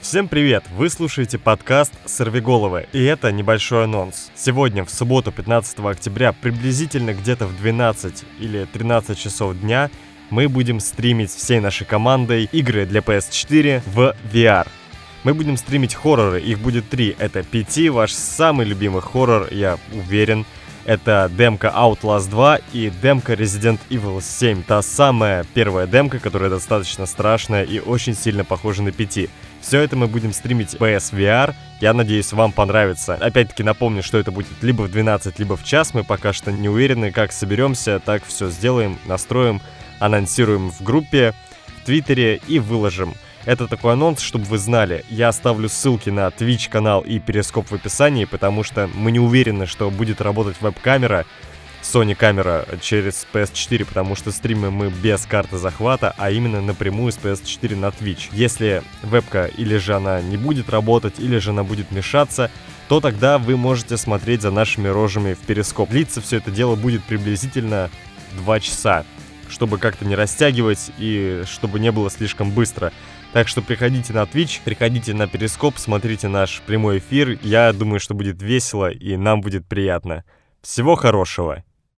Всем привет! Вы слушаете подкаст «Сорвиголовы», и это небольшой анонс. Сегодня, в субботу, 15 октября, приблизительно где-то в 12 или 13 часов дня, мы будем стримить всей нашей командой игры для PS4 в VR. Мы будем стримить хорроры, их будет 3. Это PT, ваш самый любимый хоррор, я уверен. Это демка Outlast 2 и демка Resident Evil 7. Та самая первая демка, которая достаточно страшная и очень сильно похожа на PT. Все это мы будем стримить в PSVR. Я надеюсь, вам понравится. Опять-таки напомню, что это будет либо в 12, либо в час. Мы пока что не уверены, как соберемся. Так все сделаем, настроим, анонсируем в группе, в Твиттере и выложим. Это такой анонс, чтобы вы знали. Я оставлю ссылки на Twitch канал и Перископ в описании, потому что мы не уверены, что будет работать веб-камера, Sony камера через PS4, потому что стримим мы без карты захвата, а именно напрямую с PS4 на Twitch. Если вебка или же она не будет работать, или же она будет мешаться, то тогда вы можете смотреть за нашими рожами в Перископ. Длиться все это дело будет приблизительно 2 часа, чтобы как-то не растягивать и чтобы не было слишком быстро. Так что приходите на Twitch, приходите на Перископ, смотрите наш прямой эфир. Я думаю, что будет весело и нам будет приятно. Всего хорошего!